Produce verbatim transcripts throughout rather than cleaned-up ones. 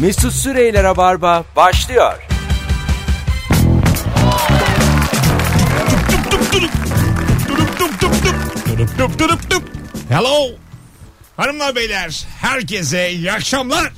Mesut Süreyler'e Barba başlıyor. Hello. Hanımlar beyler, herkese iyi akşamlar.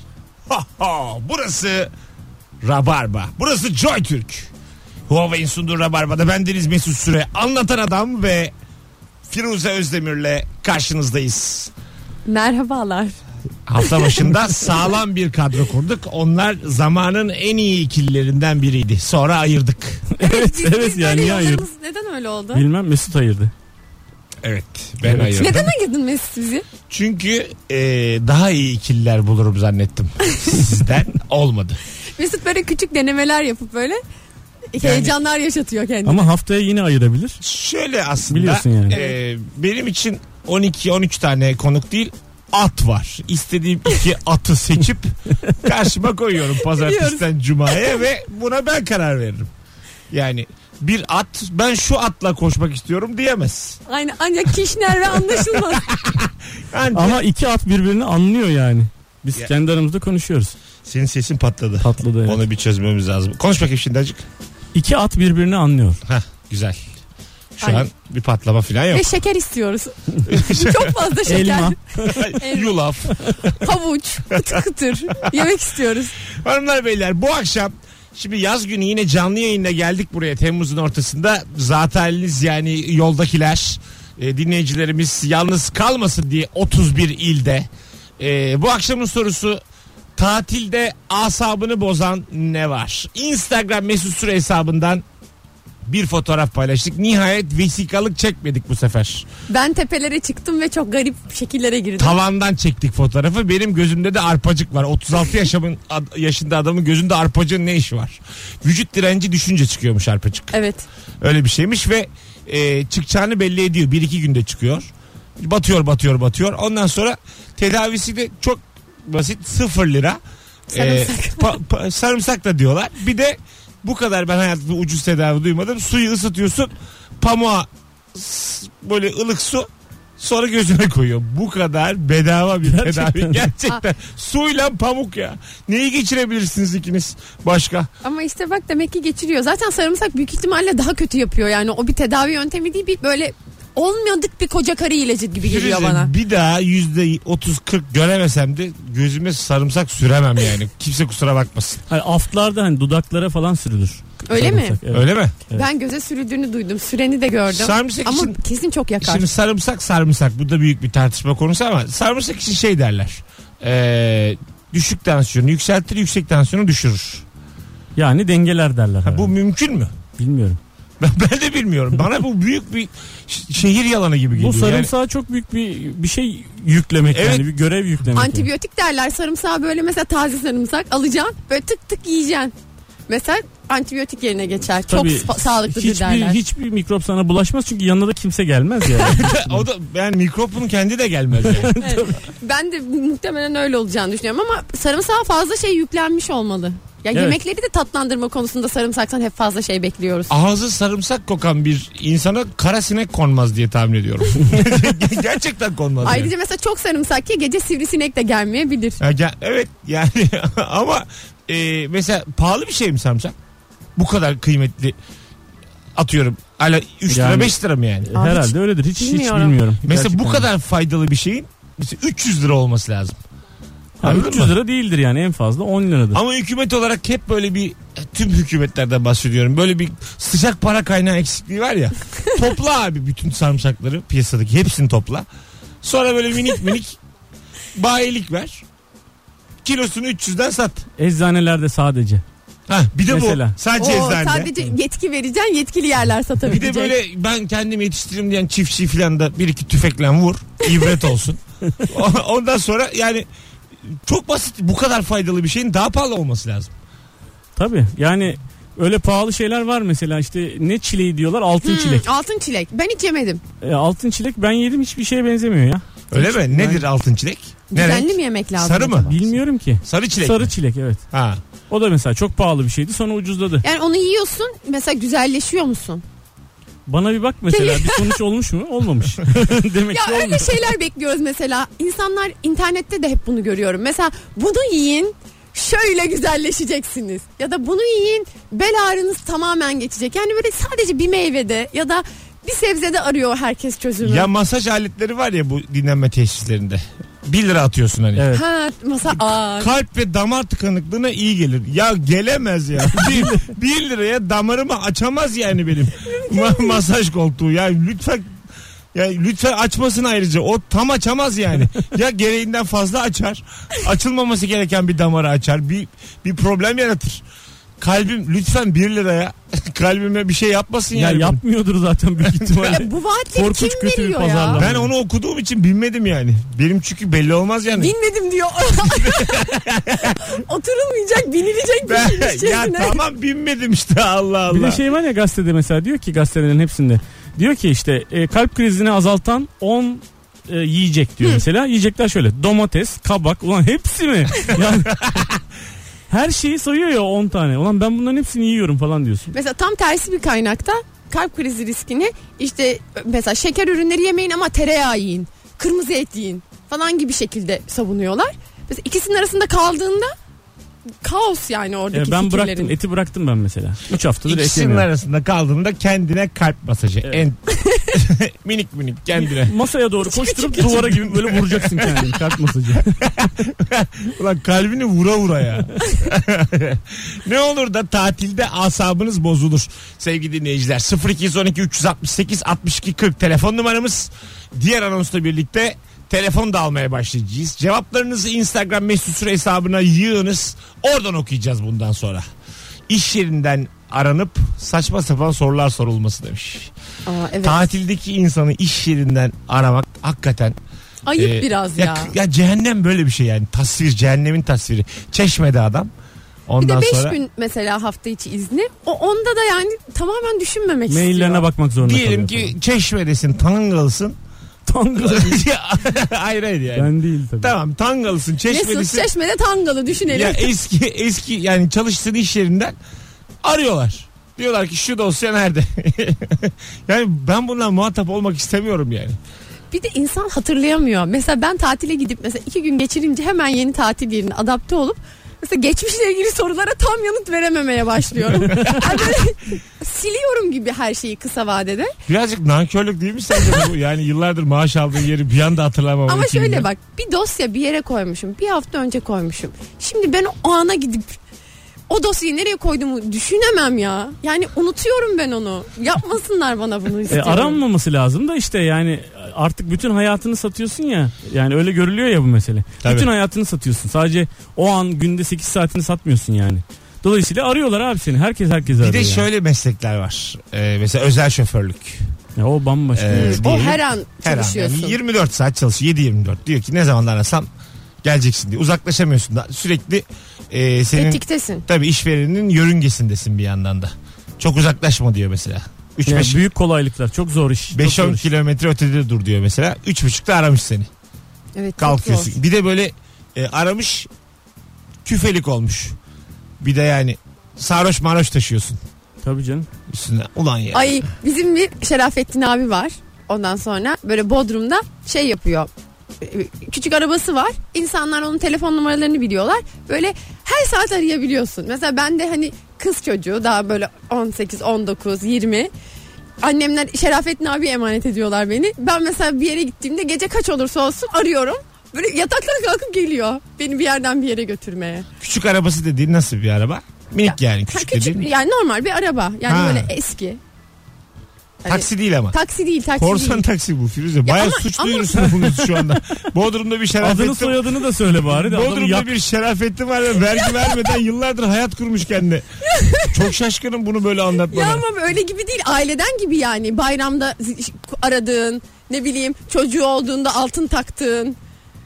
Burası Rabarba. Burası Joy Türk. Huawei'in sunduğu Rabarba'da bendeniz Mesut Süre, anlatan adam ve Firuze Özdemir'le karşınızdayız. Merhabalar. Hafta başında sağlam bir kadro kurduk. Onlar zamanın en iyi ikililerinden biriydi. Sonra ayırdık. Evet, evet, evet yani niye ayırdın? Neden öyle oldu? Bilmem, Mesut ayırdı. Evet, ben Evet. ayırdım. Neden ayırdın Mesut bizi? Çünkü e, daha iyi ikililer bulurum zannettim. Sizden olmadı. Mesut böyle küçük denemeler yapıp böyle heyecanlar yaşatıyor kendini. Ama haftaya yine ayırabilir. Şöyle aslında Biliyorsun yani. e, benim için on iki on üç tane konuk değil, at var. İstediğim iki atı seçip karşıma koyuyorum pazartesiden cumaya ve buna ben karar veririm. Yani bir at, ben şu atla koşmak istiyorum diyemez. Aynen, ancak kişner ve anlaşılmaz. Ancak... Ama iki at birbirini anlıyor yani. Biz Ya. kendi aramızda konuşuyoruz. Senin sesin patladı. Patladı, evet. Onu bir çözmemiz lazım. Konuş bakayım şimdi azıcık. İki at birbirini anlıyor. Heh, güzel. Şu Aynen. an bir patlama falan yok. Ve şeker istiyoruz. Çok fazla şeker. Elma. Yulaf. Havuç, kıtır kıtır. Yemek istiyoruz. Hanımlar beyler, bu akşam şimdi yaz günü yine canlı yayınla geldik buraya Temmuz'un ortasında. Zaten haliniz yani yoldakiler, e, dinleyicilerimiz yalnız kalmasın diye otuz bir ilde. E, bu akşamın sorusu: tatilde asabını bozan ne var? Instagram Mesut Süre hesabından bir fotoğraf paylaştık. Nihayet vesikalık çekmedik bu sefer. Ben tepelere çıktım ve çok garip şekillere girdim. Tavandan çektik fotoğrafı. Benim gözümde de arpacık var. otuz altı yaşımın ad- yaşında adamın gözünde arpacığın ne işi var? Vücut direnci düşünce çıkıyormuş arpacık. Evet. Öyle bir şeymiş ve e, çıkacağını belli ediyor. Bir iki günde çıkıyor. Batıyor batıyor batıyor. Ondan sonra tedavisi de çok basit, sıfır lira. Sarımsak. E, pa- pa- sarımsak da diyorlar. Bir de bu kadar ben hayatımda ucuz tedavi duymadım. Suyu ısıtıyorsun, pamuğa s- böyle ılık su, sonra gözüne koyuyor. Bu kadar bedava bir Gerçekten. tedavi. Gerçekten. Suyla pamuk ya. Neyi geçirebilirsiniz ikiniz başka? Ama işte bak, demek ki geçiriyor. Zaten sarımsak büyük ihtimalle daha kötü yapıyor. Yani o bir tedavi yöntemi değil, bir böyle olmadık bir koca karı ilacı gibi geliyor Firuze, bana. bir daha yüzde otuz kırk göremesem de gözüme sarımsak süremem yani. Kimse kusura bakmasın. Hani aftlarda hani dudaklara falan sürülür. Öyle mi? Sarımsak, evet. Öyle mi? Evet. Ben göze sürüldüğünü duydum. Süreni de gördüm. Sarımsak Ama için- kesin çok yakar. Şimdi sarımsak sarımsak bu da büyük bir tartışma konusu ama sarımsak için şey derler. Ee, düşük tansiyonu yükseltir, yüksek tansiyonu düşürür. Yani dengeler derler. Ha, bu herhalde. mümkün mü? Bilmiyorum. Ben, ben de bilmiyorum. Bana bu büyük bir ş- şehir yalanı gibi geliyor. Bu sarımsağa çok büyük bir bir şey yüklemek, Evet. yani bir görev yüklemek. yani. Antibiyotik derler sarımsağı, böyle mesela taze sarımsak alacaksın, böyle tık tık yiyeceksin. Mesela antibiyotik yerine geçer. Tabii, çok sa- sağlıklıdır hiçbir, derler. hiçbir mikrop sana bulaşmaz çünkü yanına da kimse gelmez yani. Yani. O da yani mikropun kendi de gelmez yani. Evet. Ben de muhtemelen öyle olacağını düşünüyorum ama sarımsağa fazla şey yüklenmiş olmalı. Ya Evet. yemekleri de tatlandırma konusunda sarımsaktan hep fazla şey bekliyoruz. Ağzı sarımsak kokan bir insana kara sinek konmaz diye tahmin ediyorum. Gerçekten konmaz. Ayrıca Yani. mesela çok sarımsak ye, gece sivrisinek de gelmeyebilir. Ha, ge- evet yani ama e, mesela pahalı bir şey mi sarımsak? Bu kadar kıymetli, atıyorum. Hala üç lira Yani- beş lira mı yani? Abi Herhalde hiç öyledir. Hiç hiç bilmiyorum. bilmiyorum. Mesela bu Gerçekten. kadar faydalı bir şeyin mesela üç yüz lira olması lazım. Ha, Anladın üç yüz mı? lira değildir yani, en fazla on liradır. Ama hükümet olarak hep böyle bir, tüm hükümetlerden bahsediyorum, böyle bir sıcak para kaynağı eksikliği var ya. Topla abi bütün sarımsakları, piyasadaki hepsini topla. Sonra böyle minik minik bayilik ver. Kilosunu üç yüzden sat. Eczanelerde sadece. Ha, bir de Mesela. bu sadece Oo, eczanede. sadece yetki vereceksin, yetkili yerler Bir satabilecek. de böyle ben kendim yetiştiririm diyen çiftçi falan da bir iki tüfekle vur. İbret olsun. Ondan sonra yani çok basit, bu kadar faydalı bir şeyin daha pahalı olması lazım. Tabii yani öyle pahalı şeyler var, mesela işte ne çileği diyorlar, altın Hmm, çilek. altın çilek. Ben hiç yemedim. E, altın çilek ben yedim, hiçbir şeye benzemiyor ya. Öyle mi? Nedir altın çilek? Ne Düzenli renk? mi yemek lazım? Sarı mı? acaba? Bilmiyorum ki. Sarı çilek. Sarı mi? çilek, evet. Ha. O da mesela çok pahalı bir şeydi, sonra ucuzladı. Yani onu yiyorsun, mesela güzelleşiyor musun? Bana bir bak mesela, bir sonuç olmuş mu? Olmamış. Demek Ya ki öyle olmuş. şeyler bekliyoruz mesela. İnsanlar, internette de hep bunu görüyorum. Mesela bunu yiyin, şöyle güzelleşeceksiniz. Ya da bunu yiyin, bel ağrınız tamamen geçecek. Yani böyle sadece bir meyvede ya da bir sebzede arıyor herkes çözümü. Ya masaj aletleri var ya bu dinlenme tesislerinde. bir lira atıyorsun hani. Evet. Ha, masa aa. Kalp ve damar tıkanıklığına iyi gelir. Ya gelemez ya. bir, bir liraya damarımı açamaz yani benim. Ma- masaj koltuğu ya lütfen. Ya lütfen açmasın ayrıca. O tam açamaz yani. Ya gereğinden fazla açar. Açılmaması gereken bir damarı açar. Bir bir problem yaratır. Kalbim lütfen bir liraya kalbime bir şey yapmasın Ya yani. yapmıyordur zaten büyük ihtimalle. Ya bu vaatleri Korkunç kim kötü bir veriyor ya? pazarlama. Ben onu okuduğum için bilmedim yani. Benim çünkü belli olmaz yani. Bilmedim diyor. Oturulmayacak, binilecek bir Ben, şeyin ya içerisine. tamam bilmedim işte Allah Allah. Bir de şey var ya gazetede mesela diyor ki gazetelerin hepsinde. Diyor ki işte e, kalp krizini azaltan on e, yiyecek diyor mesela. Yiyecekler şöyle: domates, kabak. Ulan hepsi mi? Yani her şeyi sayıyor ya on tane. Ulan ben bunların hepsini yiyorum falan diyorsun. Mesela tam tersi bir kaynakta kalp krizi riskini işte mesela şeker ürünleri yemeyin ama tereyağı yiyin, kırmızı et yiyin falan gibi şekilde savunuyorlar. Mesela ikisinin arasında kaldığında kaos yani oradaki E, ben fikirlerin. bıraktım eti bıraktım ben mesela. üç haftadır et İkisinin yemiyorum. arasında kaldığında kendine kalp masajı. Evet. En minik minik kendine. Masaya doğru koşturup duvara gibi böyle vuracaksın kendini kalp masajı. Ulan kalbini vura vura ya. Ne olur da tatilde asabınız bozulur. Sevgili dinleyiciler, sıfır iki on iki üç altı sekiz altmış iki kırk telefon numaramız. Diğer anonsla birlikte telefon da almaya başlayacağız. Cevaplarınızı Instagram mesut süre hesabına yığınız. Oradan okuyacağız bundan sonra. İş yerinden aranıp saçma sapan sorular sorulması demiş. Aa, evet. Tatildeki insanı iş yerinden aramak hakikaten Ayıp e, biraz ya. ya. Ya cehennem böyle bir şey yani. Tasvir, cehennemin tasviri. Çeşme'de adam. Bir Ondan de beş sonra gün mesela hafta içi izni. O onda da yani tamamen düşünmemek istiyor. Maillerine bakmak zorunda diyelim kalıyor ki Çeşme'desin, Tangalısın. Tangalı. hayır hayır yani. Ben değil tabii. Tamam, Tangalısın, Mesut Çeşme'desin. Çeşme'de Tangalı düşünelim. Ya eski eski yani çalıştığın iş yerinden arıyorlar. Diyorlar ki şu dosya nerede? Yani ben bundan muhatap olmak istemiyorum yani. Bir de insan hatırlayamıyor. Mesela ben tatile gidip mesela iki gün geçirince hemen yeni tatil yerine adapte olup mesela geçmişle ilgili sorulara tam yanıt verememeye başlıyorum. Yani böyle siliyorum gibi her şeyi kısa vadede. Birazcık nankörlük değil mi sence bu? Yani yıllardır maaş aldığın yeri bir anda hatırlamam. Ama iki günde. şöyle bak, bir dosya bir yere koymuşum. Bir hafta önce koymuşum. Şimdi ben o ana gidip o dosyayı nereye koyduğumu düşünemem ya. Yani unutuyorum ben onu. Yapmasınlar bana bunu E, istiyorum. aranmaması lazım da işte yani artık bütün hayatını satıyorsun ya. Yani öyle görülüyor ya bu mesele. Tabii. Bütün hayatını satıyorsun. Sadece o an günde sekiz saatini satmıyorsun yani. Dolayısıyla arıyorlar abi seni. Herkes herkes arıyor. Bir de yani. şöyle meslekler var. Ee, mesela özel şoförlük. Ya o bambaşka. Ee, O diyelim. her an Her an. çalışıyorsun. Yani yirmi dört saat çalışıyor. yedi yirmi dört. Diyor ki ne zaman arasam geleceksin diye. Uzaklaşamıyorsun da. Sürekli e, senin Tetiktesin. tabii işverenin yörüngesindesin bir yandan da. Çok uzaklaşma diyor mesela. üç Yani beş büyük kolaylıklar. Çok zor iş. çok beş zor on iş. kilometre ötede dur diyor mesela. üç buçukta aramış seni. Evet, çok Kalkıyorsun. zor. Bir de böyle e, aramış, küfelik olmuş. Bir de yani sarhoş maroş taşıyorsun Tabii canım. üstüne. Ulan ya. Ay, bizim bir Şerafettin abi var. Ondan sonra böyle Bodrum'da şey yapıyor. Küçük arabası var. İnsanlar onun telefon numaralarını biliyorlar. Böyle her saat arayabiliyorsun. Mesela ben de hani kız çocuğu daha böyle on sekiz, on dokuz, yirmi. Annemler Şerafettin abi emanet ediyorlar beni. Ben mesela bir yere gittiğimde gece kaç olursa olsun arıyorum. Böyle yataktan kalkıp geliyor beni bir yerden bir yere götürmeye. Küçük arabası dediğin nasıl bir araba? Minik yani Ha, küçük, küçük, dediğin. yani normal bir araba. Yani Ha. böyle eski. Hani- Taksi değil ama. Taksi değil, taksi Korsan değil. taksi bu Firuze. Bayağı ama- suç ama- duyurusunda bulunuyorsun şu anda. Bodrum'da bir şerafettin. Adını soyadını da söyle bari de adamı Bodrum'da yap. bir şerafettin var ve vergi vermeden yıllardır hayat kurmuş kendine. Çok şaşkınım bunu böyle anlatmana. Ya ama öyle gibi değil, aileden gibi yani. Bayramda zi- aradığın, ne bileyim çocuğu olduğunda altın taktığın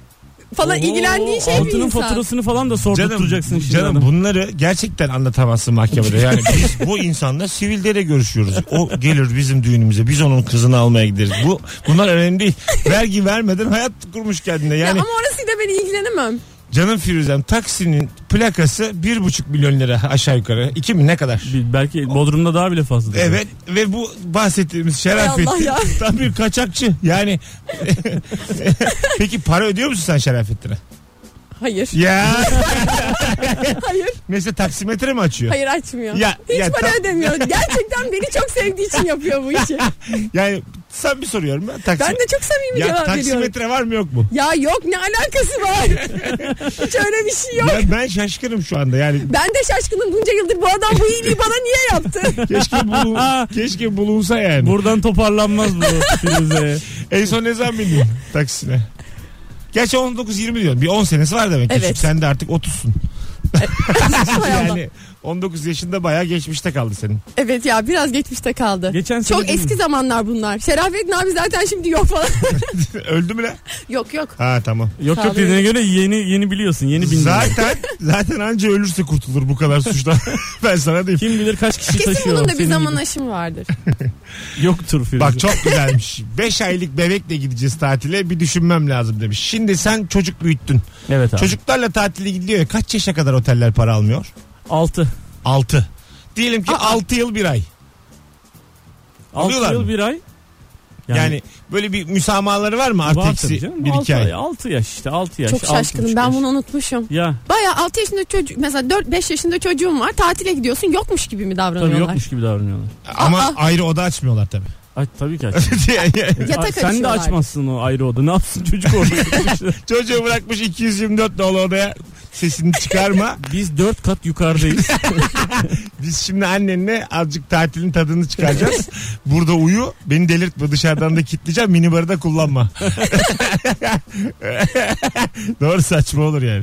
falan Oo, ilgilendiğin şey bir altının insan. faturasını falan da Canım, sordurtacaksın şimdi. canım adam. bunları gerçekten anlatamazsın mahkemede. Yani biz bu insanla sivilde de görüşüyoruz. O gelir bizim düğünümüze. Biz onun kızını almaya gideriz. Bu bunlar önemli değil. Vergi vermeden hayat kurmuş kendine. Ya Yani ama orasıyla ben ilgilenemem. canım Firuzem, taksinin plakası bir buçuk milyon lira aşağı yukarı. İki mi ne kadar? Bir- Belki Bodrum'da daha bile fazla. Evet ve bu bahsettiğimiz Hay Allah Şerafettin ya. tam bir kaçakçı. Yani peki para ödüyor musun sen Şerafettin'e? Hayır. Ya. Hayır. Mesela taksimetre mi açıyor? Hayır açmıyor. Ya, Hiç ya, para tam- ödemiyor. Gerçekten beni çok sevdiği için yapıyor bu işi. Yani sen bir soruyorum ben. Taksim... Ben de çok samimi ya, cevap veriyorum. taksimetre var mı yok mu? Ya yok, ne alakası var? Hiç öyle bir şey yok. Ya ben şaşkınım şu anda yani. Ben de şaşkınım, bunca yıldır bu adam bu iyiliği bana niye yaptı? Keşke, bulun, keşke bulunsa yani. Buradan toparlanmaz bu Firuze. En son ne zaman bindin taksine? Gerçi on dokuz yirmi diyorum. Bir on senesi var demek. Evet. Küçük, sen de artık otuzsun. Hay Allah. Yani on dokuz yaşında bayağı geçmişte kaldı senin. Evet ya, biraz geçmişte kaldı. Geçen Çok sene eski zamanlar bunlar. Şerafettin abi zaten şimdi yok falan. Öldü mü lan? Yok yok. Ha tamam. Yok yok Sağlığı. dediğine göre yeni yeni biliyorsun. Yeni bindin. Zaten zaten anca ölürse kurtulur bu kadar suçtan. Ben sana diyeyim. Kim bilir kaç kişi Kesin taşıyor. bunun da bir senin zaman gibi. aşımı vardır. Yoktur Firuze. Bak çok güzelmiş. beş aylık bebekle gideceğiz tatile, bir düşünmem lazım demiş. Şimdi sen çocuk büyüttün. Evet abi. Çocuklarla tatile gidiyor ya, kaç yaşa kadar oteller para almıyor? altı. altı. Diyelim ki altı yıl bir ay. altı Alıyorlar yıl mı? bir ay. Yani, böyle bir müsamahaları var mı? Artı var eksi tabii canım. bir iki ay. altı yaş işte altı yaş. Çok altı şaşkınım, buçuk ben yaş. bunu unutmuşum. Ya Baya altı yaşında çocuk, mesela dört beş yaşında çocuğum var, tatile gidiyorsun, yokmuş gibi mi davranıyorlar? tabii yokmuş gibi davranıyorlar. Ama Aa. ayrı oda açmıyorlar tabii. Ay, tabii ki açmaz. Yatak Ay, sen de açıyorlar. açmazsın o ayrı oda. Ne yapsın çocuk orada? Çocuğu bırakmış iki yüz yirmi dört dolu odaya, sesini çıkarma. Biz dört kat yukarıdayız. Biz şimdi annenle azıcık tatilin tadını çıkaracağız. Burada uyu, beni delirtme, dışarıdan da kilitleyeceğim, minibarı da kullanma. Doğru, saçma olur yani.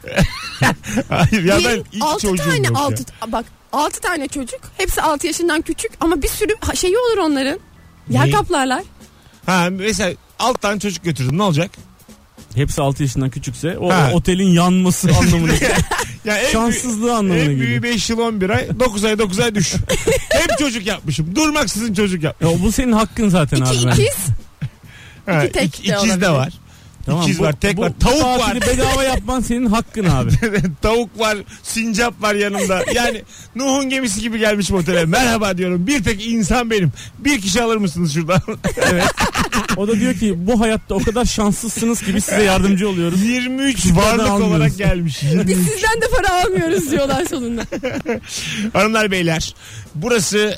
Hayır ya, ben Benim ilk altı çocuğum tane yok altı ya. bak altı tane çocuk, hepsi altı yaşından küçük ama bir sürü ha- şeyi olur onların. Yer Neyi? kaplarlar. Ha, mesela alt tane çocuk götürdüm, ne olacak? Hepsi altı yaşından küçükse o, Ha. o otelin yanması anlamına geliyor. Ya en Şanssızlığı anlamına En geliyor. büyüğü beş yıl on bir ay, dokuz ay dokuz ay düş. Hep çocuk yapmışım. Durmaksızın çocuk yap. Ya bu senin hakkın zaten İki abi. ben. ikiz. Ha, İki tek ik- de ikiz olabilir. de var. Tamam, İkiz bu- var, tek bu var. Tavuk var. tatili bedava yapman senin hakkın abi. Tavuk var, sincap var yanımda. Yani Nuh'un gemisi gibi gelmiş otele. Merhaba diyorum. Bir tek insan benim. Bir kişi alır mısınız şuradan? Evet. O da diyor ki bu hayatta o kadar şanslısınız ki biz size yardımcı oluyoruz. yirmi üç Küçüklerden varlık almıyoruz. olarak gelmiş. yirmi Biz üç. sizden de para almıyoruz diyorlar sonunda. Hanımlar beyler, burası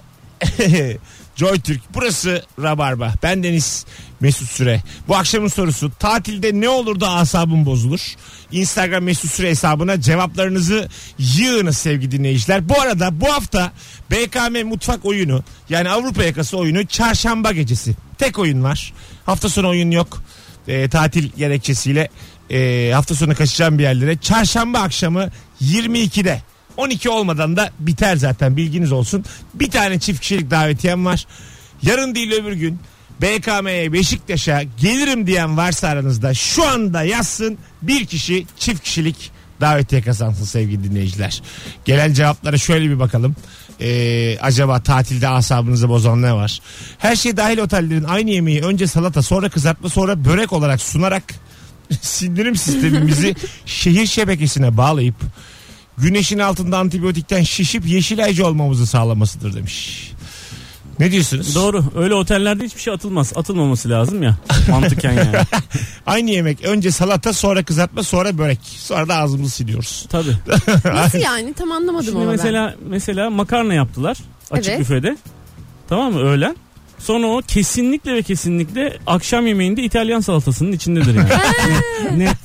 Joy Türk, burası Rabarba. Ben Deniz Mesut Süre. Bu akşamın sorusu: tatilde ne olur da asabım bozulur? Instagram Mesut Süre hesabına cevaplarınızı yığınız sevgili dinleyiciler. Bu arada bu hafta B K M Mutfak oyunu, yani Avrupa Yakası oyunu, çarşamba gecesi. Tek oyun var. Hafta sonu oyun yok. E, tatil gerekçesiyle e, hafta sonu kaçacağım bir yerlere. Çarşamba akşamı yirmi ikide. on iki olmadan da biter zaten, bilginiz olsun. Bir tane çift kişilik davetiyem var. Yarın değil öbür gün B K M'ye, Beşiktaş'a gelirim diyen varsa aranızda şu anda yazsın, bir kişi çift kişilik davetiye kazansın sevgili dinleyiciler. Gelen cevaplara şöyle bir bakalım. Ee, acaba tatilde asabınızı bozan ne var? Her şey dahil otellerin aynı yemeği önce salata, sonra kızartma, sonra börek olarak sunarak sindirim sistemimizi şehir şebekesine bağlayıp güneşin altında antibiyotikten şişip yeşilaycı olmamızı sağlamasıdır demiş. Ne diyorsunuz? Doğru. Öyle otellerde hiçbir şey atılmaz. Atılmaması lazım ya. Mantıken yani. Aynı yemek, önce salata, sonra kızartma, sonra börek. Sonra da ağzımızı siliyoruz. Tabii. Nasıl yani, tam anlamadım Şimdi ama mesela mesela makarna yaptılar açık Evet. büfede. Tamam mı, öğlen. Sonra o kesinlikle ve kesinlikle akşam yemeğinde İtalyan salatasının içindedir yani. ne, ne?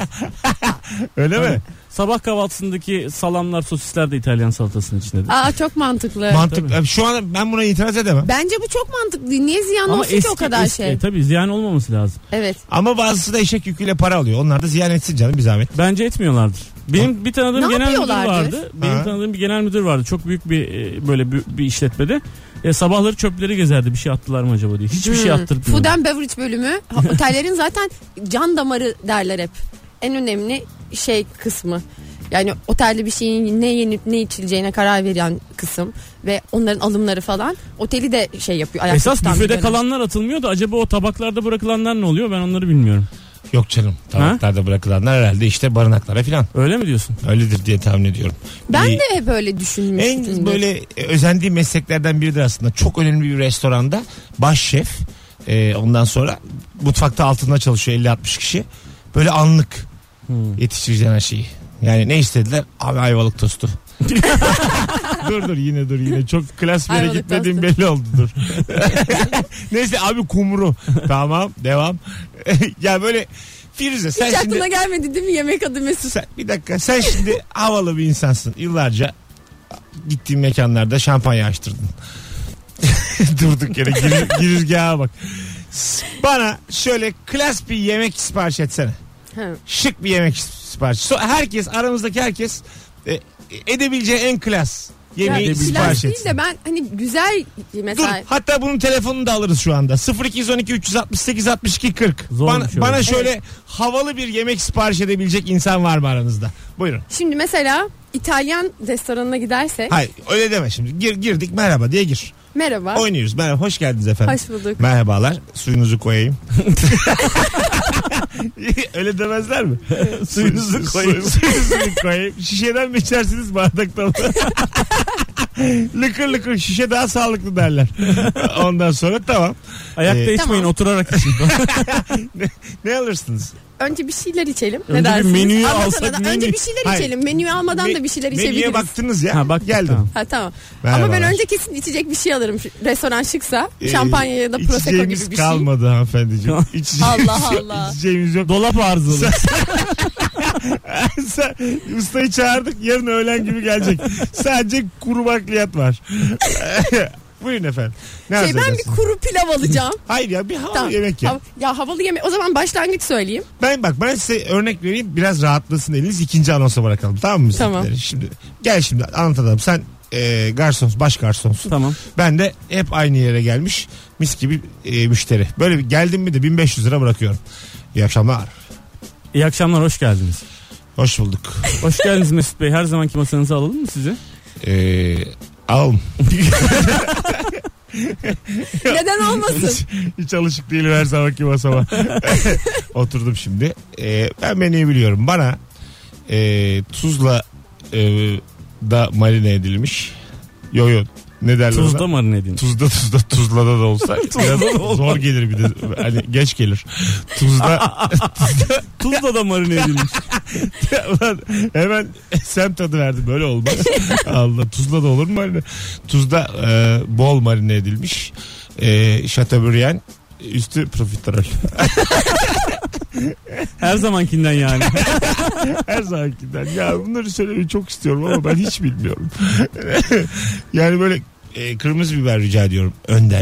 Öyle Tabii. mi? Sabah kahvaltısındaki salamlar, sosisler de İtalyan salatasının içindedir. ben. Aa, çok mantıklı. Mantık. Tabii. Şu an ben buna itiraz edemem. Bence bu çok mantıklı. Niye ziyan Ama olsun ki o kadar eski, şey? e, tabii ziyan olmaması lazım. Evet. Ama bazısı da eşek yüküyle para alıyor. Onlar da ziyan etsin canım, bir zahmet. Bence etmiyorlardır. Benim bir tanıdığım Ne genel müdür yapıyorlardır? vardı. Benim Ha. tanıdığım bir genel müdür vardı. Çok büyük bir e, böyle bir, bir işletmede. E, sabahları çöpleri gezerdi. Bir şey attılar mı acaba diye. Hiçbir şey Hmm. attırtmıyor. Food and Beverage bölümü ha, otellerin zaten can damarı derler hep. En önemli şey kısmı. Yani otelde bir şeyin ne yenip ne içileceğine karar veren kısım ve onların alımları falan. Oteli de şey yapıyor. ayakta Esas tutan bir büfede dönem. kalanlar atılmıyor da acaba o tabaklarda bırakılanlar ne oluyor, ben onları bilmiyorum. Yok canım. Tabaklarda bırakılanlar herhalde işte barınaklara falan. Öyle mi diyorsun? Öyledir diye tahmin ediyorum. Ben Ee, de hep öyle düşünmüştüm. En böyle e, özendiğim mesleklerden biridir aslında. Çok önemli bir restoranda baş şef. E, ondan sonra mutfakta altında çalışıyor elli altmış kişi. Böyle anlık Hmm. Yetiştireceğin her şeyi. Yani ne istediler? Abi ayvalık tostu. dur dur yine dur yine. Çok klas bir yere Ayvalık gitmediğim tostu. belli oldu dur. Neyse abi kumru. Tamam devam. Ya böyle Firuze sen Hiç şimdi... aklına gelmedi değil mi yemek adı Mesut? Sen, bir dakika sen şimdi havalı bir insansın. Yıllarca gittiğin mekanlarda şampanya açtırdın. Durduk yere gir, girizgaha bak. Bana şöyle klas bir yemek sipariş etsene. Hı. Şık bir yemek sipariş. So, herkes aramızdaki herkes e, edebileceği en klas yemeği Ya, sipariş klas değil etsin. de ben hani güzel Dur mesela. hatta bunun telefonunu da alırız şu anda. sıfır iki on iki üç altı sekiz altmış iki kırk. Zormuş Bana, öyle. bana şöyle havalı bir yemek sipariş edebilecek insan var mı aranızda? Buyurun. Şimdi mesela İtalyan restoranına gidersek. Hayır öyle deme şimdi. Gir, girdik merhaba diye gir. Merhaba. Oynuyoruz. Merhaba hoş geldiniz efendim. Hoş bulduk. Merhabalar. Suyunuzu koyayım. Öyle demezler mi? Suyunuzu koyayım. Su, suyunuzu koyayım. Şişeden mi içersiniz bardaktan mı? Lıkır lıkır şişe daha sağlıklı derler. Ondan sonra tamam. Ayakta Ee, içmeyin tamam. oturarak için. ne, ne alırsınız? Önce bir şeyler içelim. Önce ne bir dersiniz? menüyü Anlatana alsak, da- menü- Önce bir şeyler Hayır. içelim. Menüyü almadan Me- da bir şeyler Menüye içebiliriz. baktınız ya. Ha, baktık, Geldim. tamam. Ha tamam. Merhabalar. Ama ben önce kesin içecek bir şey alırım. Restoran şıksa Ee, şampanya ya da prosecco içeceğimiz gibi bir şey. kalmadı hanımefendiciğim. İçeceğimiz Allah yok, Allah. İçeceğimiz yok. Dolap arızalı. Sen, ustayı çağırdık yarın öğlen gibi gelecek. Sadece kuru bakliyat var. Buyurun efendim. Ne Şey, ben bir hazırlarsın? kuru pilav alacağım. Hayır ya bir havalı Tamam. yemek ya. Hav- ya havalı yemek. O zaman başlangıç söyleyeyim. Ben bak ben size örnek vereyim biraz rahatlasın eliniz ikinci anonsa bırakalım tamam mı? Tamam. bizimkileri? Şimdi gel şimdi anlatalım sen e, garson baş garsonsun. Tamam. Ben de hep aynı yere gelmiş mis gibi e, müşteri. Böyle bir geldim mi de bin beş yüz lira bırakıyorum. İyi akşamlar. İyi akşamlar, hoş geldiniz. Hoş bulduk. Hoş geldiniz Mesut Bey. Her zamanki masanızı alalım mı sizi? Eee alalım. Neden olmasın? hiç, hiç alışık değilim her zamanki masama. Oturdum şimdi. Ee, ben menüyü biliyorum. Bana e, tuzla e, da marine edilmiş. Yo yo ne derler Tuzda ona? marine edin. Tuzda tuzda tuzlada da olsa biraz zor gelir bir de hani geç gelir. Tuzda Tuzda da marine edilmiş. ulan hemen sem tadı verdi böyle olmaz. Allah tuzla da olur mu marine? Tuzda e, bol marine edilmiş. E, Chateaubriand üstü profiterol. Her zamankinden yani. Her zamankinden. Ya bunları söylemeyi çok istiyorum ama ben hiç bilmiyorum. Yani böyle e, kırmızı biber rica ediyorum önden.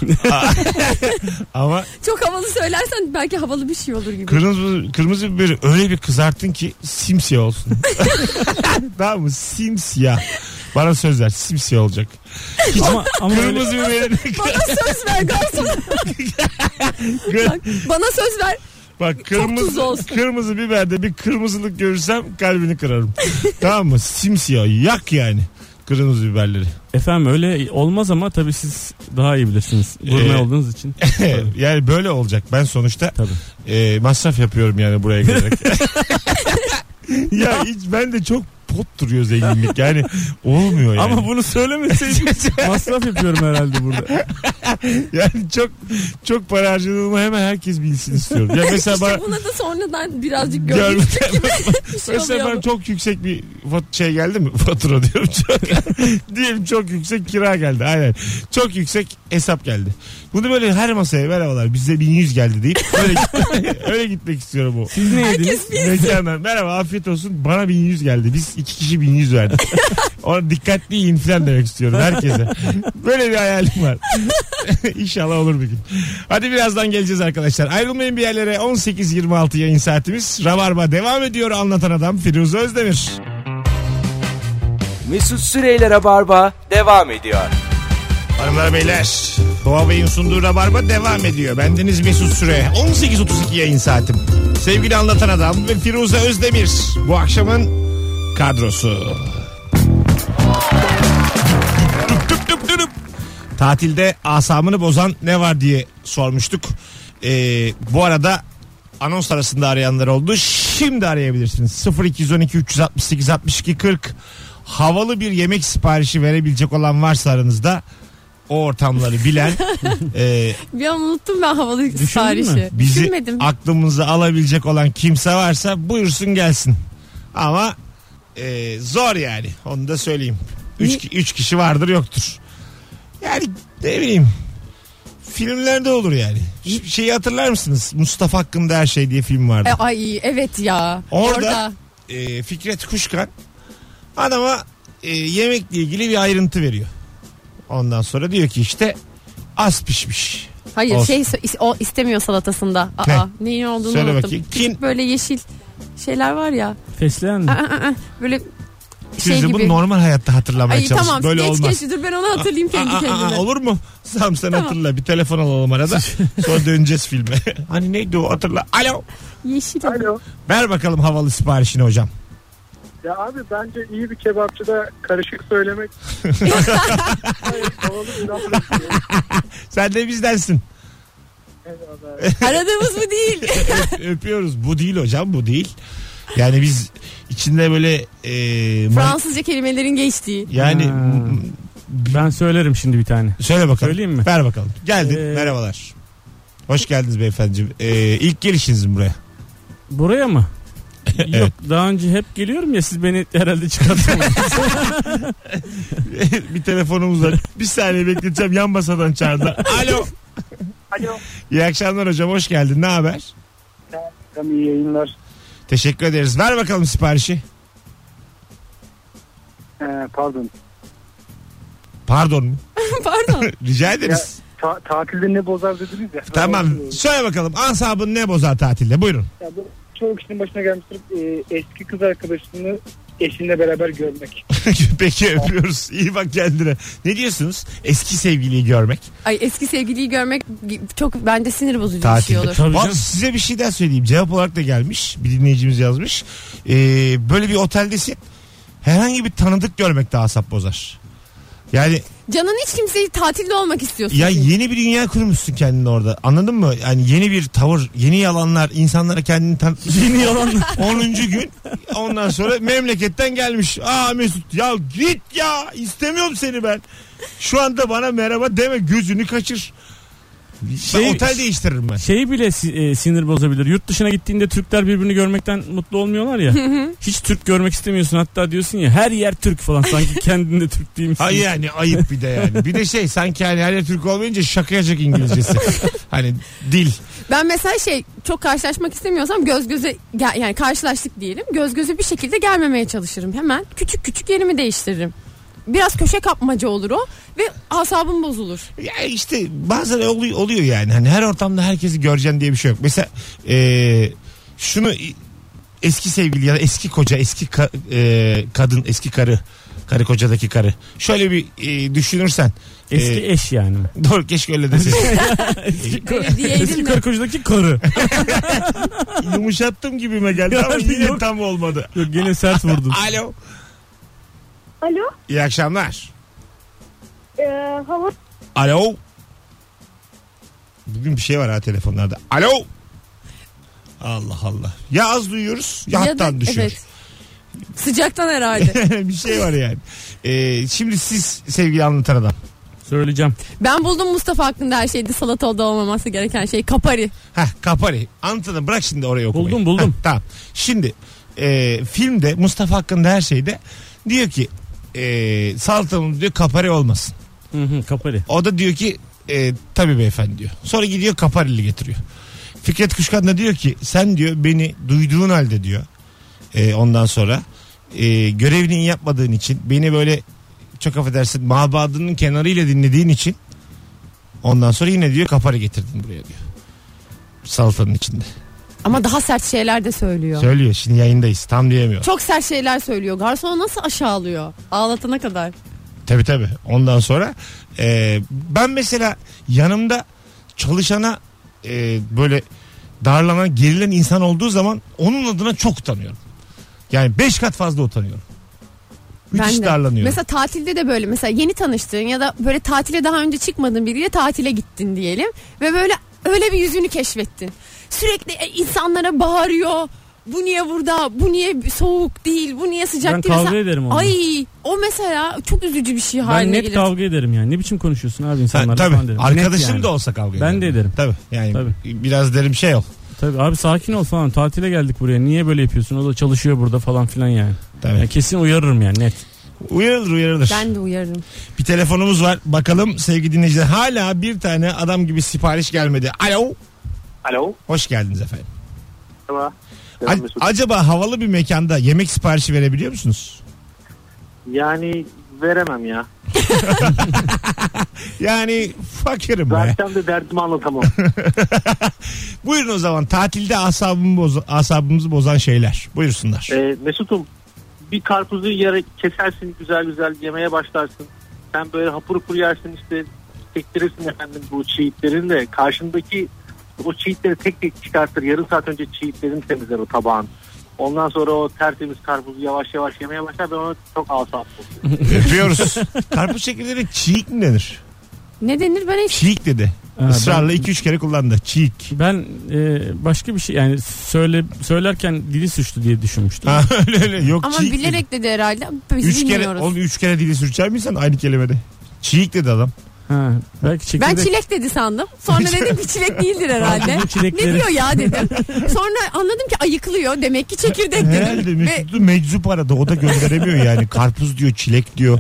Ama Çok havalı söylersen belki havalı bir şey olur gibi. kırmızı kırmızı biberi öyle bir kızartın ki simsiyah olsun. Tamam mı? Simsiyah. Bana söz ver simsiyah olacak. Hiç ama ama öyle- kırmızı biberin Bana söz ver garson. Bak, bana söz ver. bak tuzlu kırmızı olsun. kırmızı biberde bir kırmızılık görürsem kalbini kırarım. Tamam mı? Simsiyah yak yani. Kırmızı biberleri. efendim öyle olmaz ama tabii siz daha iyi bilirsiniz. Gurme Ee, olduğunuz için. Yani böyle olacak. Ben sonuçta Tabii. e, masraf yapıyorum yani buraya gelerek. Ya hiç ben de çok pot duruyor zenginlik. Yani olmuyor yani. Ama bunu söylemeseydiniz masraf yapıyorum herhalde burada. Yani çok çok para harcadığımı hemen herkes bilsin istiyorum. Ya mesela İşte bana buna da sonradan birazcık Gör- görmüş gibi bir şey mesela oluyor. bana bu. çok yüksek bir fat- şey geldi mi? Fatura diyorum çok. Diyelim çok yüksek kira geldi. Aynen. Çok yüksek hesap geldi. Bunu böyle her masaya merhabalar bize bin yüz geldi deyip öyle, öyle gitmek istiyorum o. Siz ne yediniz? Herkes bir Mekandan merhaba afiyet olsun bana bin yüz geldi. Biz iki kişi bin yüz verdik. Ona dikkatli yiyin falan demek istiyorum herkese. Böyle bir hayalim var. İnşallah olur bir gün. Hadi birazdan geleceğiz arkadaşlar. Ayrılmayın bir yerlere. on sekiz yirmi altı yayın saatimiz. Rabarba devam ediyor. Anlatan adam Firuze Özdemir. Mesut Süreyler'e barba devam ediyor. Hanımlar beyler. Doğa Bey'in sunduğu Rabarba devam ediyor. Bendeniz Mesut Süre. on sekiz otuz iki yayın saatim. Sevgili Anlatan Adam ve Firuze Özdemir. Bu akşamın kadrosu. Düp düp düp düp. Tatilde asamını bozan ne var diye sormuştuk. Ee, bu arada anons arasında arayanlar oldu. Şimdi arayabilirsiniz. sıfır iki on iki üç altı sekiz altmış iki kırk. Havalı bir yemek siparişi verebilecek olan varsa aranızda o ortamları bilen e, Bir an unuttum ben havalı siparişi. bizi Düşünmedim. aklımıza alabilecek olan kimse varsa buyursun gelsin. Ama e, zor yani. Onu da söyleyeyim. Üç, üç kişi vardır yoktur. Yani ne bileyim. Filmlerde olur yani. Ş- Şeyi hatırlar mısınız? Mustafa Hakkında Her Şey diye film vardı. E, ay evet ya. Orada, Orada. E, Fikret Kuşkan adama e, yemekle ilgili bir ayrıntı veriyor. Ondan sonra diyor ki işte az pişmiş. Hayır Olsun. şey is- o istemiyor salatasında. Aa, Ne? neyin olduğunu Söyle unuttum. bakayım. Küçük Kin- böyle yeşil şeyler var ya. Fesleğen mi? Aa, aa, aa. Böyle şey Siz de gibi. bunu normal hayatta hatırlamaya Ay çalışın. tamam Böyle geç olmaz. geç dur ben onu hatırlayayım kendi Aa, aa, kendime. aa, olur mu? Tamam sen Tamam. hatırla. Bir telefon alalım arada. Sonra döneceğiz filme. Hani neydi o hatırla. Alo. Yeşil. Alo. Ver bakalım havalı siparişini hocam. Ya abi bence iyi bir kebapçıda karışık söylemek. Hayır, havalı bir laf yapıyor. Sen de bizdensin. Eyvallah. Aradığımız bu değil. Öpüyoruz. Bu değil hocam bu değil. Yani biz içinde böyle e, ma- Fransızca kelimelerin geçtiği. yani Ha. m- Ben söylerim şimdi bir tane. söyle bakalım. Söyleyeyim mi? Ver bakalım. Geldin. Ee, Merhabalar. Hoş geldiniz beyefendiciğim. Ee, ilk gelişiniz mi buraya? Buraya mı? Evet. Yok daha önce hep geliyorum ya siz beni herhalde çıkartamadınız. Bir telefonumuz var. Bir saniye bekleteceğim. Yan masadan çağırdı. Alo. Alo. İyi akşamlar hocam. Hoş geldin. Ne haber? Tamam, iyi yayınlar. Teşekkür ederiz. Ver bakalım siparişi. Ee, pardon. Pardon mu? Pardon. Rica Ya, ederiz. ta- tatilde ne bozar dediniz ya. Tamam. Söyle bakalım. Asabın ne bozar tatilde? Buyurun. Ya, bu çoğu kişinin başına gelmiştir. Ee, eski kız arkadaşını eşinle beraber görmek. Peki öpüyoruz. İyi bak kendine. Ne diyorsunuz? Eski sevgiliyi görmek. Ay eski sevgiliyi görmek çok bence sinir bozucu bir Tatilde. şey olur. Tabii Bak, canım. size bir şey daha söyleyeyim. Cevap olarak da gelmiş. Bir dinleyicimiz yazmış. Ee, böyle bir oteldesin. Herhangi bir tanıdık görmek de asap bozar. Yani Canın hiç kimseyi tatilde olmak istiyorsun. ya çünkü. yeni bir dünya kurmuşsun kendini orada. Anladın mı? Yani yeni bir tavır, yeni yalanlar, insanlara kendini tan... Yeni yalanlar. onuncu gün ondan sonra memleketten gelmiş. Aa Mesut ya git ya istemiyorum seni ben. Şu anda bana merhaba deme gözünü kaçır. Şey- ben otel değiştiririm ben. Şey bile si- e, sinir bozabilir. Yurt dışına gittiğinde Türkler birbirini görmekten mutlu olmuyorlar ya. Hiç Türk görmek istemiyorsun. Hatta diyorsun ya her yer Türk falan. Sanki kendinde Türk değilmişsin. Hayır yani ayıp bir de yani. Bir de şey sanki hani her yer Türk olmayınca şaka yapacak İngilizcesi. Hani dil. Ben mesela şey çok karşılaşmak istemiyorsam göz göze gel, yani karşılaştık diyelim. Göz göze bir şekilde gelmemeye çalışırım. Hemen küçük küçük yerimi değiştiririm. Biraz köşe kapmaca olur o ve asabım bozulur. Ya işte bazen oluyor, oluyor yani. Hani her ortamda herkesi göreceksin diye bir şey yok. Mesela eee, şunu eski sevgili ya da eski koca, eski ka- eee, kadın, eski karı, karı kocadaki karı. Şöyle bir eee, düşünürsen. Eski eee, eş yani. Doğru keşke öyle deseydin. eski Öyle diyeydin eski de. karı kocadaki karı. Yumuşattım gibime geldi ama Yani yine yok. tam olmadı. Yok gene sert vurdun. Alo. Alo, İyi akşamlar. e, hava Alo. Bugün bir şey var ha telefonlarda. Alo. Allah Allah. Ya az duyuyoruz ya, Ya da- hattan düşüyor. evet. Sıcaktan herhalde. Bir şey var yani. Ee, şimdi siz sevgili anlatan adam. Söyleyeceğim. Ben buldum Mustafa hakkında her şeydi salatada olmaması gereken şey kapari. Heh kapari. Anlatan adam bırak şimdi orayı okumayı. Buldum, buldum. Heh, tamam. Şimdi e, filmde Mustafa hakkında her şeyde diyor ki e, salatamız diyor kapari olmasın. Hı hı, kapari. O da diyor ki e, tabii beyefendi diyor. Sonra gidiyor kaparili getiriyor. Fikret Kuşkan da diyor ki sen diyor beni duyduğun halde diyor. E, ondan sonra e, görevini iyi yapmadığın için beni böyle çok affedersin mabadının kenarıyla dinlediğin için ondan sonra yine diyor kapari getirdin buraya diyor. Salatanın içinde. Ama daha sert şeyler de söylüyor. Söylüyor şimdi yayındayız tam diyemiyor. Çok sert şeyler söylüyor. Garson nasıl aşağılıyor? Ağlatana kadar. Tabii tabii. Ondan sonra e, ben mesela yanımda çalışana e, böyle darlanan, gerilen insan olduğu zaman onun adına çok utanıyorum. Yani beş kat fazla utanıyorum. Müthiş Ben de. darlanıyorum. Mesela tatilde de böyle mesela yeni tanıştığın ya da böyle tatile daha önce çıkmadığın biriyle tatile gittin diyelim ve böyle öyle bir yüzünü keşfettin. Sürekli insanlara bağırıyor. bu niye burada, bu niye soğuk değil, bu niye sıcak Ben değil. kavga Mesela- ederim onunla. Ay o mesela çok üzücü bir şey Ben haline net gelir. kavga ederim yani. Ne biçim konuşuyorsun abi Ha, insanlarla tabii. falan derim. Arkadaşım Net yani. da olsa kavga ederim. Ben de ederim. Tabii. Yani Tabii. biraz derim şey ol. Tabii abi sakin ol falan. Tatile geldik buraya. Niye böyle yapıyorsun? O da çalışıyor burada falan filan yani. Tabii. Yani kesin uyarırım yani net. Uyarılır uyarılır. Ben de uyarırım. Bir telefonumuz var. Bakalım sevgili dinleyiciler. Hala bir tane adam gibi sipariş gelmedi. Alo. Alo. Hoş geldiniz efendim. Merhaba. A- acaba havalı bir mekanda yemek siparişi verebiliyor musunuz? Yani veremem ya. Yani fakirim be. Versem de derdimi anlatamam. Buyurun o zaman tatilde asabımı boz- asabımızı bozan şeyler. Buyursunlar. Ee, Mesut'um bir karpuzu yere kesersin, güzel güzel yemeye başlarsın. Sen böyle hapur hapur yersin, işte sektirirsin efendim bu çiğitlerini de. Karşındaki o çiğitleri tek tek çıkartır. Yarım saat önce çiğitlerini temizler o tabağın. Ondan sonra o tertemiz karpuzu yavaş yavaş yemeye başlar. Ben ona çok asap bozuyorum. Öpüyoruz. Karpuz çekirdeğine çiğik mi denir? Ne denir ben hiç? Çiğik dedi. Ha, Israrla ben- iki üç kere kullandı. Çiğik. Ben e, başka bir şey yani söyle söylerken dili suçlu diye düşünmüştüm. Ha, öyle öyle. Yok Ama çiğik bilerek dedi herhalde. Biz dedi. Üç kere, bilmiyoruz. oğlum üç kere dili sürçer misin aynı kelimede? Çiğik dedi adam. Ha, belki çekirdek. Ben çilek dedi sandım. Sonra dedim ki çilek değildir herhalde. Karpuzun çilekleri. Ne diyor ya dedim. Sonra anladım ki ayıklıyor. Demek ki çekirdek Herhalde dedim. Ve Mesut'u meczup aradı. O da gönderemiyor yani. Karpuz diyor, çilek diyor.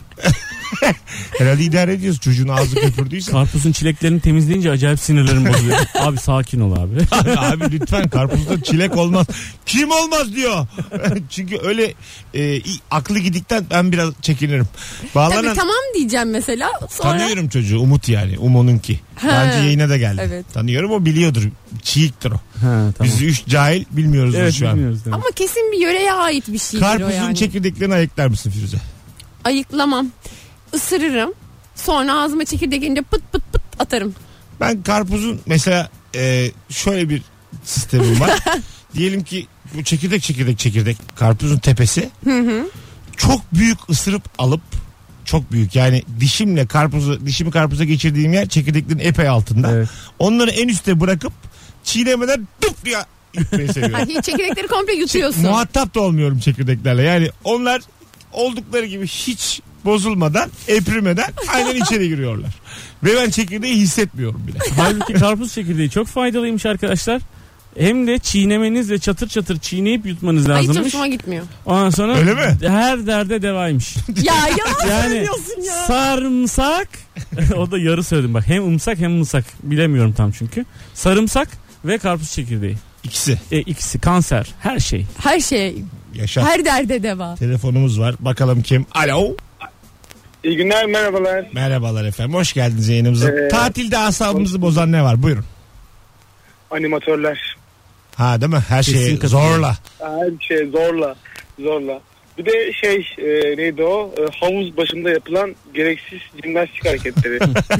Herhalde idare ediyoruz. Çocuğun ağzı köpürdüyse. Karpuzun çileklerini temizleyince acayip sinirlerim bozuluyor. Abi sakin ol abi. Abi lütfen karpuzda çilek olmaz. Kim olmaz diyor. Çünkü öyle e, aklı gidikten ben biraz çekinirim. Bağlanan tabii tamam diyeceğim mesela. Sonra tanıyorum çocuğu. Umut yani. Umo'nunki. Daha önce yayına da geldi. Evet. Tanıyorum, o biliyordur. Çiğiktir o. Ha, tamam. Biz üç cahil bilmiyoruz Evet şu an. bilmiyoruz demek. ama kesin bir yöreye ait bir şeydir o Karpuzun yani. çekirdeklerini ayıklar mısın Firuze? Ayıklamam. Isırırım. Sonra ağzıma çekirdek gelince pıt pıt pıt atarım. Ben karpuzun mesela e, şöyle bir sistemim var. Diyelim ki bu çekirdek çekirdek çekirdek karpuzun tepesi. Çok büyük ısırıp alıp, çok büyük yani dişimle karpuzu dişimi karpuza geçirdiğim yer çekirdeklerin epey altında. Evet. Onları en üste bırakıp çiğnemeden tıp diye yutmayı seviyorum. Ha, hiç çekirdekleri komple yutuyorsun. Muhatap da olmuyorum çekirdeklerle. Yani onlar oldukları gibi hiç bozulmadan, eprimeden aynen içeri giriyorlar. Ve ben çekirdeği hissetmiyorum bile. Halbuki karpuz çekirdeği çok faydalıymış arkadaşlar. Hem de çiğnemeniz ve çatır çatır çiğneyip yutmanız Ay, hiç lazımmış. hoşuma gitmiyor. Ondan sonra Öyle mi? her derde devaymış. Ya yalan Yani söylüyorsun ya. sarımsak o da yarı söyledim bak. Hem ımsak hem mısak. Bilemiyorum tam çünkü. Sarımsak ve karpuz çekirdeği. İkisi. E, ikisi kanser her şey. Her şey, Yaşa. her derde deva. Telefonumuz var. Bakalım kim? Alo. İyi günler, merhabalar. Merhabalar efendim. Hoş geldiniz yayınımıza. Ee, Tatilde asabımızı bozan ne var? Buyurun. Animatörler. Ha değil mi? Her Kesin şeyi katılıyorum. zorla. Her şey zorla, zorla. Bir de şey e, neydi o? E, havuz başında yapılan gereksiz jimnastik hareketleri.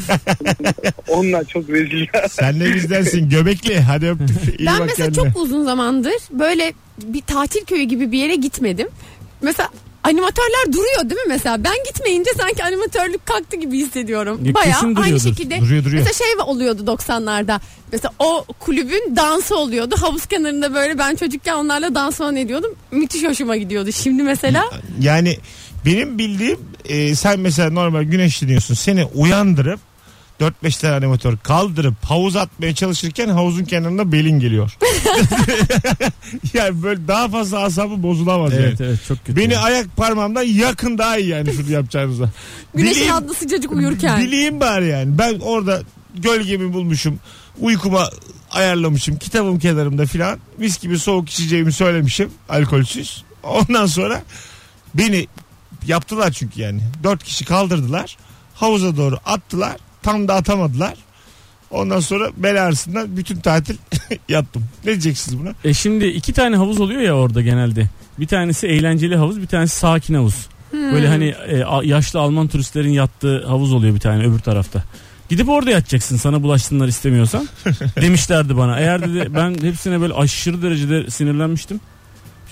Onlar çok rezil ya. Sen de bizdensin. Göbekli. Hadi öptük. İyi Ben bak mesela kendine. çok uzun zamandır böyle bir tatil köyü gibi bir yere gitmedim. Mesela animatörler duruyor değil mi mesela? Ben gitmeyince sanki animatörlük kalktı gibi hissediyorum. Ya Bayağı kesin aynı duruyordur. şekilde. Duruyor, duruyor. Mesela şey oluyordu doksanlarda. Mesela o kulübün dansı oluyordu. Havuz kenarında böyle ben çocukken onlarla dans falan ediyordum. Müthiş hoşuma gidiyordu. Şimdi mesela Yani benim bildiğim e, sen mesela normal güneşleniyorsun. Seni uyandırıp dört beş tane animatör kaldırıp havuz atmaya çalışırken havuzun kenarında belin geliyor. Yani böyle daha fazla asabı bozulamaz Evet yani. evet çok kötü. Beni yani. ayak parmağımdan yakın daha iyi yani şunu yapacağınıza. güneşin Bileyim- altında sıcacık uyurken. Bileyim bari yani. Ben orada gölgemi bulmuşum. Uykuma ayarlamışım. Kitabım kenarımda filan. Mis gibi soğuk içeceğimi söylemişim. Alkolsüz. Ondan sonra beni yaptılar çünkü yani. Dört kişi kaldırdılar. Havuza doğru attılar. Tam da atamadılar. Ondan sonra bel ağrısından bütün tatil yattım. Ne diyeceksiniz buna? E şimdi iki tane havuz oluyor ya orada genelde. Bir tanesi eğlenceli havuz, bir tanesi sakin havuz. Böyle hani e, a- yaşlı Alman turistlerin yattığı havuz oluyor bir tane öbür tarafta. Gidip orada yatacaksın sana bulaşsınlar istemiyorsan. Demişlerdi bana. Eğer dedi ben hepsine böyle aşırı derecede sinirlenmiştim.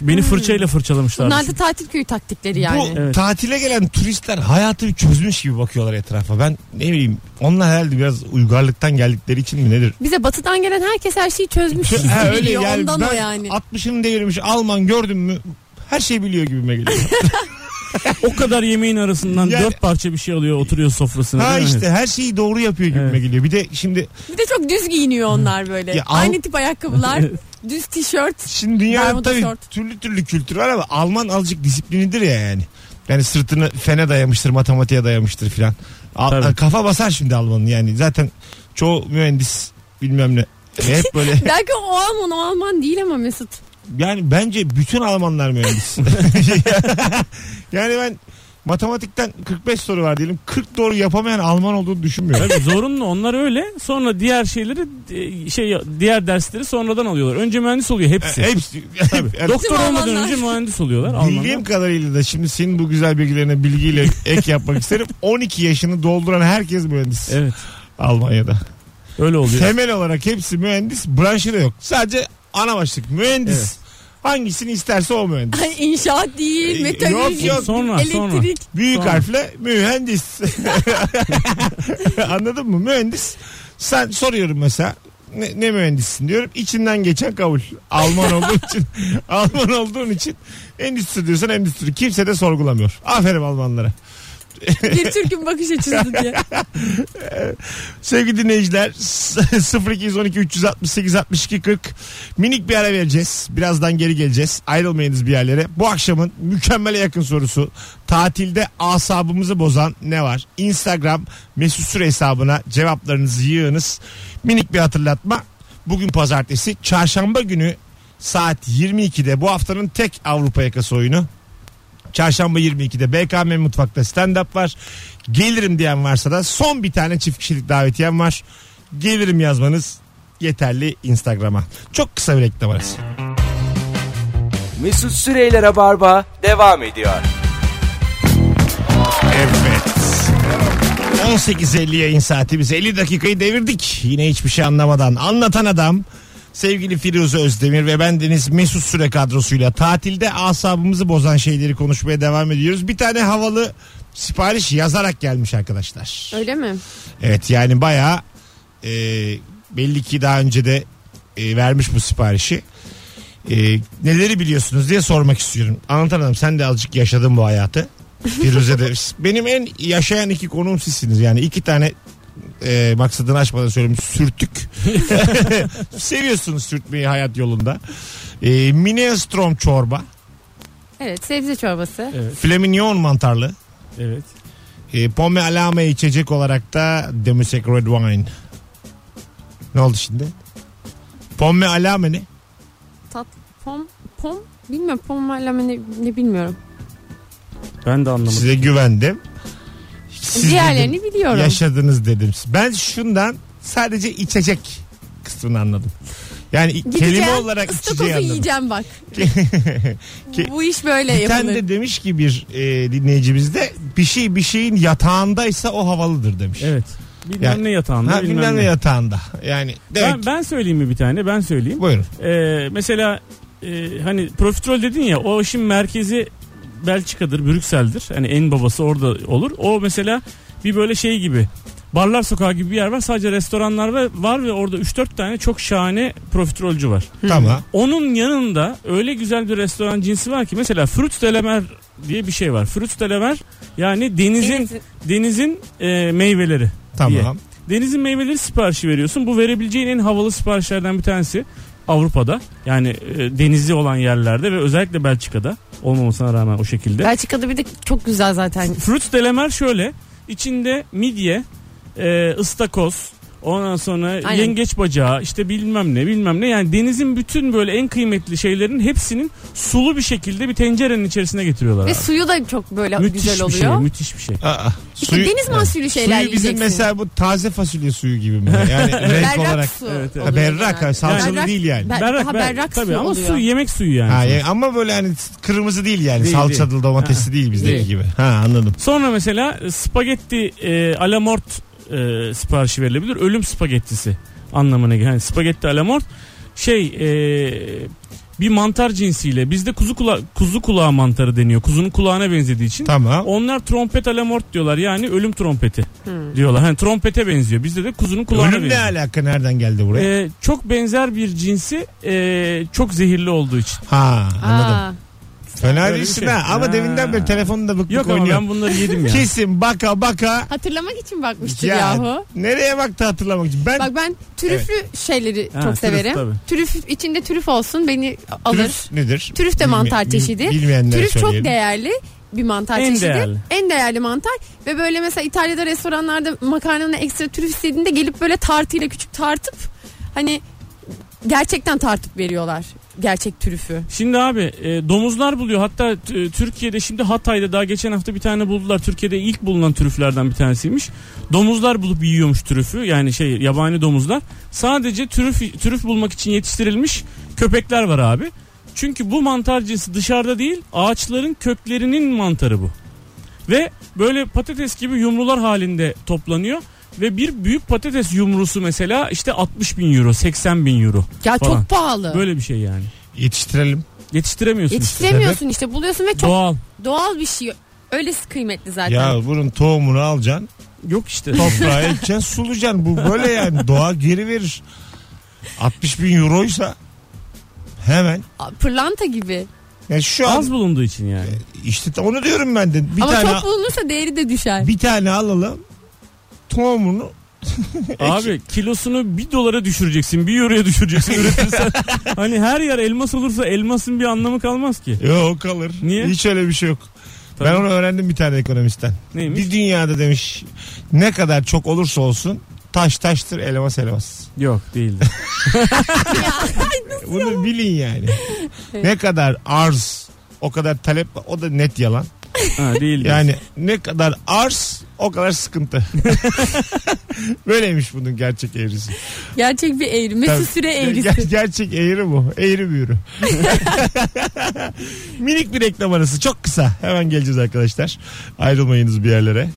Beni fırçayla fırçalamışlardı. Bunlar da tatil köyü taktikleri yani. Bu Evet. tatile gelen turistler hayatı bir çözmüş gibi bakıyorlar etrafa. Ben ne bileyim onlar herhalde biraz uygarlıktan geldikleri için mi nedir? Bize batıdan gelen herkes her şeyi çözmüş. Ha, öyle Biliyor, yani ondan ben o yani. altmışını devirmiş Alman gördün mü her şeyi biliyor gibime geliyor. O kadar yemeğin arasından Yani- dört parça bir şey alıyor, oturuyor sofrasına. Ha değil mi? işte her şeyi doğru yapıyor gibime Evet. geliyor. Bir de şimdi Bir de çok düz giyiniyor onlar böyle. Ya al- Aynı tip ayakkabılar, düz tişört. Şimdi dünyada Bermuda tabii şort. türlü türlü kültür var ama Alman azıcık disiplinidir ya yani. Yani sırtını fene dayamıştır, matematiğe dayamıştır filan. Al- Tabii. Kafa basar şimdi Alman'ın yani. Zaten çoğu mühendis bilmem ne. Hep böyle Belki o Alman o Alman değil ama Mesut. yani bence bütün Almanlar mühendis. Yani ben matematikten kırk beş soru var diyelim. kırk doğru yapamayan Alman olduğunu düşünmüyorum. Tabii zorunlu, onlar öyle. Sonra diğer şeyleri e, şey diğer dersleri sonradan alıyorlar. Önce mühendis oluyor hepsi. Hepsi. Tabii. Yani Doktor Bütün olmadan Almanlar. önce mühendis oluyorlar. bildiğim Almanlar. kadarıyla da şimdi senin bu güzel bilgilerine bilgiyle ek yapmak isterim. on iki yaşını dolduran herkes mühendis. Evet. Almanya'da. Öyle oluyor. Temel olarak hepsi mühendis. Branşı da yok. Sadece ana başlık mühendis. Evet. Hangisini isterse o mühendis. Ay, İnşaat değil, Yok, metalürji, yok. Sonra, elektrik. sonra. Büyük Tamam. harfle mühendis. Anladın mı? Mühendis. Sen soruyorum mesela ne, ne mühendissin diyorum. İçinden geçen kabul. Alman olduğun için Alman olduğun için endüstri diyorsan endüstri. Kimse de sorgulamıyor. Aferin Almanlara. Bir Türk'ün bakış açısı diye. Sevgili dinleyiciler sıfır iki on iki üç altı sekiz altmış iki kırk minik bir ara vereceğiz. Birazdan geri geleceğiz. Ayrılmayınız bir yerlere. Bu akşamın mükemmele yakın sorusu. Tatilde asabımızı bozan ne var? Instagram Mesut Süre hesabına cevaplarınızı yığınız. Minik bir hatırlatma. Bugün pazartesi. Çarşamba günü saat yirmi ikide bu haftanın tek Avrupa yakası oyunu. Çarşamba yirmi ikide B K M Mutfak'ta stand-up var. Gelirim diyen varsa da son bir tane çift kişilik davetiyem var. Gelirim yazmanız yeterli Instagram'a. Çok kısa bir reklam arası. Mesut Süreyler'e barba devam ediyor. Evet. on sekiz elli yayın saatimiz. elli dakikayı devirdik. Yine hiçbir şey anlamadan anlatan adam sevgili Firuze Özdemir ve bendeniz Mesut Süre kadrosuyla tatilde asabımızı bozan şeyleri konuşmaya devam ediyoruz. Bir tane havalı sipariş yazarak gelmiş arkadaşlar. Öyle mi? Evet yani bayağı e, belli ki daha önce de e, vermiş bu siparişi. E, neleri biliyorsunuz diye sormak istiyorum. Anlatan Hanım sen de azıcık yaşadın bu hayatı. Firuze de. Benim en yaşayan iki konuğum sizsiniz. Yani iki tane e, maksadını açmadan söyleyeyim sürtük. Seviyorsunuz sürtmeyi hayat yolunda. E, minestrone çorba. Evet, sebze çorbası. Evet. Flamingon mantarlı. Evet. E, pomme alame içecek olarak da Demusek Red Wine. Ne oldu şimdi? Pomme alame ne? Tat, pom, pom. Bilmiyorum, pom var ne, ne bilmiyorum. Ben de anlamadım. Size güvendim. Siz Diğerlerini dedim, biliyorum. yaşadınız dedim. Ben şundan sadece içecek kısmını anladım. Yani kelime Gideceğim, olarak içeceği ıstakozu anladım. yiyeceğim bak. Ki- Bu iş böyle Bir tane yapılır. de demiş ki bir e, dinleyicimiz de bir şey bir şeyin yatağındaysa o havalıdır demiş. Evet. Bilmem Yani- ne yatağında. Ha, bilmem, bilmem ne ne. yatağında. Yani demek Ben, ben söyleyeyim mi bir tane? Ben söyleyeyim. buyurun. Ee, mesela e, hani profiterol dedin ya, o işin merkezi Belçika'dır, Brüksel'dir. Hani en babası orada olur. O mesela bir böyle şey gibi. Barlar Sokağı gibi bir yer var. Sadece restoranlar ve var ve orada üç dört tane çok şahane profiterolcü var. Tamam. Onun yanında öyle güzel bir restoran cinsi var ki mesela Fruits de la Mer diye bir şey var. Fruits de la Mer yani denizin Denizin- denizin e, meyveleri. Tamam. diye. Denizin meyveleri siparişi veriyorsun. Bu verebileceğin en havalı siparişlerden bir tanesi Avrupa'da. Yani e, denizi olan yerlerde ve özellikle Belçika'da olmamasına rağmen o şekilde. Belçika'da bir de çok güzel zaten. Fruits de la Mer şöyle. İçinde midye, e, ıstakoz, ondan sonra Aynen. yengeç bacağı, işte bilmem ne bilmem ne. Yani denizin bütün böyle en kıymetli şeylerin hepsinin sulu bir şekilde bir tencerenin içerisine getiriyorlar. Ve abi. suyu da çok böyle Müthiş güzel bir oluyor. şey, müthiş bir şey. Aa, İşte deniz mahsulü şeyler Suyu bizim yiyeceksin. mesela bu taze fasulye suyu gibi mi? Yani renk Berrak olarak. su Evet, evet. oluyor Ha, berrak, genelde. ha, salçalı Berrak- değil yani. ber- Berrak, daha berrak, berrak tabii su ama oluyor. su, yemek suyu yani. Ha, yani ama böyle hani kırmızı değil yani. Değil, Salçalı değil. domatesli değil bizdeki Değil. gibi. Ha anladım. Sonra mesela spagetti e, a la mort e, siparişi verilebilir. Ölüm spagettisi anlamına geliyor. Yani spagetti a la mort şey e, bir mantar cinsiyle. Bizde kuzu kula kuzu kulağı mantarı deniyor. Kuzunun kulağına benzediği için. Tamam. Onlar trompet alamort diyorlar. Yani ölüm trompeti hmm. diyorlar. Hani trompete benziyor. Bizde de kuzunun kulağına ölüm benziyor. Ölüm ne alaka? Nereden geldi buraya? Ee, çok benzer bir cinsi e, çok zehirli olduğu için. Ha anladım. Aa. Fena Öyle değilsin bir şey. ha. Ama Ha. deminden beri telefonunda bık Yok bık ama oynuyor. ben bunları yedim ya. Kesin baka baka. Hatırlamak için bakmıştır Ya, yahu. nereye baktı hatırlamak için? Ben Bak ben trüflü şeyleri Ha, çok trüf, severim. tabii. Trüf içinde trüf olsun beni alır. trüf nedir? Trüf de Bilme- mantar bil- çeşidi. Bilmeyenlere Trüf çok söyleyelim. değerli bir mantar En çeşidi. değerli. En değerli mantar ve böyle mesela İtalya'da restoranlarda makarnanın ekstra trüf istediğinde gelip böyle tartıyla küçük tartıp hani gerçekten tartıp veriyorlar gerçek trüfü. Şimdi abi e, domuzlar buluyor. Hatta t- Türkiye'de şimdi Hatay'da daha geçen hafta bir tane buldular. Türkiye'de ilk bulunan trüflerden bir tanesiymiş. Domuzlar bulup yiyormuş trüfü. Yani şey yabani domuzlar. Sadece trüf trüf bulmak için yetiştirilmiş köpekler var abi. Çünkü bu mantar cinsi dışarıda değil, ağaçların köklerinin mantarı bu. Ve böyle patates gibi yumrular halinde toplanıyor. Ve bir büyük patates yumrusu mesela işte altmış bin euro, seksen bin euro Ya falan. çok pahalı. Böyle bir şey yani. Yetiştirelim. Yetiştiremiyorsun Yetiştiremiyorsun işte buluyorsun ve işte. çok doğal, Doğal. bir şey. Öylesi kıymetli zaten. Ya bunun tohumunu alacaksın. Yok işte. Toprağa ekeceksin, sulayacaksın. Bu böyle yani. Doğa geri verir. altmış bin euroysa hemen. Pırlanta gibi. Yani şu an Az bulunduğu için yani. işte onu diyorum ben de. Bir Ama tane çok bulunursa değeri de düşer. bir tane alalım. Tohumunu Abi kilosunu bir dolara düşüreceksin, bir euroya düşüreceksin üretirsen. Hani her yer elmas olursa elmasın bir anlamı kalmaz ki. yok kalır. Niye? Hiç öyle bir şey yok. Tabii. Ben onu öğrendim bir tane ekonomistten. Neymiş? Bir dünyada demiş ne kadar çok olursa olsun taş taştır, elmas elmas. Yok değildi. Bunu bilin yani. Ne kadar arz o kadar talep, o da net yalan. Ha, değildi. Yani ne kadar arz o kadar sıkıntı. Böyleymiş bunun gerçek eğrisi. Gerçek bir eğri. Mesut Süre eğrisi. Ger- gerçek eğri bu. Eğri büğrü. Minik bir reklam arası. Çok kısa. Hemen geleceğiz arkadaşlar. Ayrılmayınız bir yerlere.